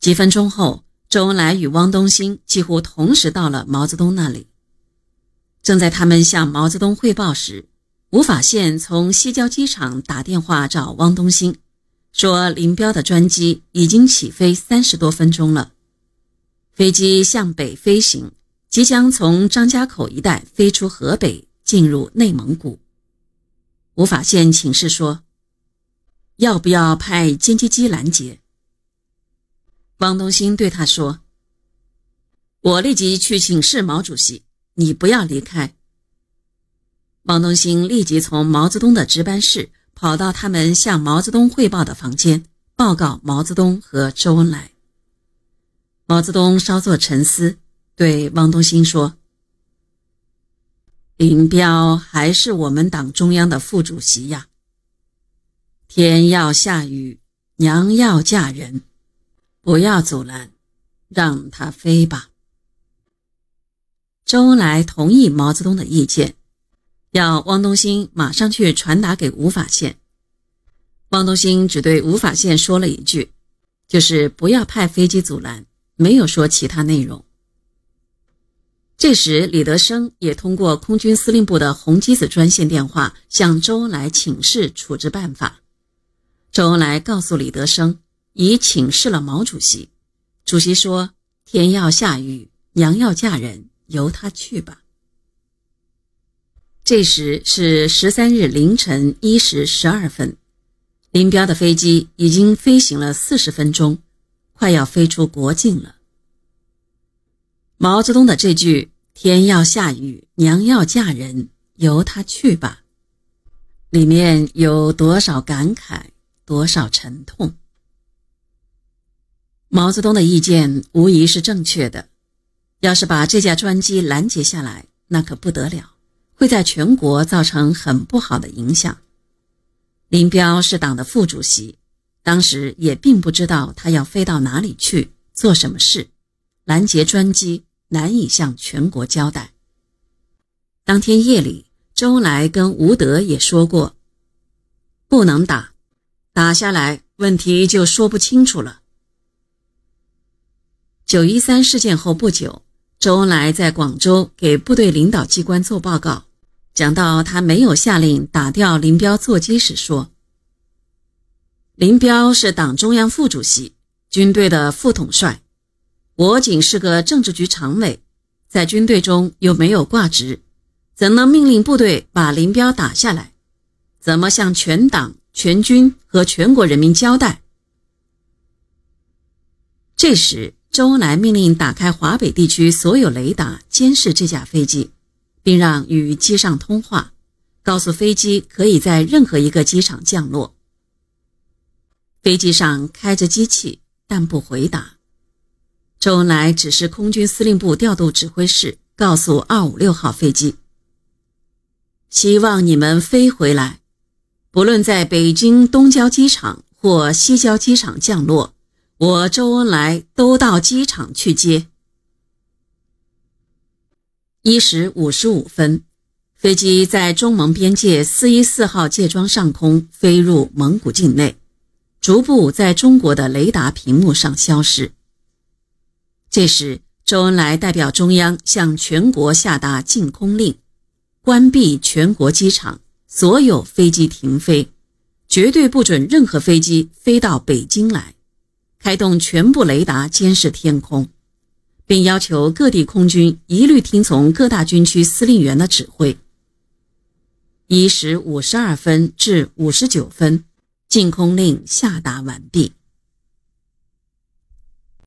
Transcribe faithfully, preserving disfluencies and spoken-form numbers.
几分钟后，周恩来与汪东兴几乎同时到了毛泽东那里。正在他们向毛泽东汇报时，吴法宪从西郊机场打电话找汪东兴，说林彪的专机已经起飞三十多分钟了，飞机向北飞行，即将从张家口一带飞出河北，进入内蒙古。吴法宪请示说，要不要派歼击机拦截？汪东兴对他说，我立即去请示毛主席，你不要离开。汪东兴立即从毛泽东的值班室跑到他们向毛泽东汇报的房间，报告毛泽东和周恩来。毛泽东稍作沉思，对汪东兴说，林彪还是我们党中央的副主席呀，天要下雨，娘要嫁人，不要阻拦，让他飞吧。周恩来同意毛泽东的意见，要汪东兴马上去传达给吴法宪。汪东兴只对吴法宪说了一句，就是不要派飞机阻拦，没有说其他内容。这时李德生也通过空军司令部的红机子专线电话向周恩来请示处置办法。周恩来告诉李德生，已请示了毛主席，主席说天要下雨，娘要嫁人，由他去吧。这时是十三日凌晨一时十二分，林彪的飞机已经飞行了四十分钟，快要飞出国境了。毛泽东的这句天要下雨，娘要嫁人，由他去吧，里面有多少感慨，多少沉痛。毛泽东的意见无疑是正确的，要是把这架专机拦截下来，那可不得了，会在全国造成很不好的影响。林彪是党的副主席，当时也并不知道他要飞到哪里去，做什么事，拦截专机难以向全国交代。当天夜里，周恩来跟吴德也说过，不能打，打下来问题就说不清楚了。九一三事件后不久，周恩来在广州给部队领导机关做报告，讲到他没有下令打掉林彪座机时说，林彪是党中央副主席，军队的副统帅，我仅是个政治局常委，在军队中又没有挂职，怎能命令部队把林彪打下来？怎么向全党、全军和全国人民交代？这时周恩来命令打开华北地区所有雷达，监视这架飞机，并让与机上通话，告诉飞机可以在任何一个机场降落。飞机上开着机器，但不回答。周恩来指示空军司令部调度指挥室，告诉二五六号飞机，希望你们飞回来，不论在北京东郊机场或西郊机场降落，我周恩来都到机场去接。一时五十五分，飞机在中蒙边界四一四号界桩上空飞入蒙古境内，逐步在中国的雷达屏幕上消失。这时周恩来代表中央向全国下达禁空令，关闭全国机场，所有飞机停飞，绝对不准任何飞机飞到北京来，开动全部雷达监视天空，并要求各地空军一律听从各大军区司令员的指挥。一时五十二分至五十九分，禁空令下达完毕。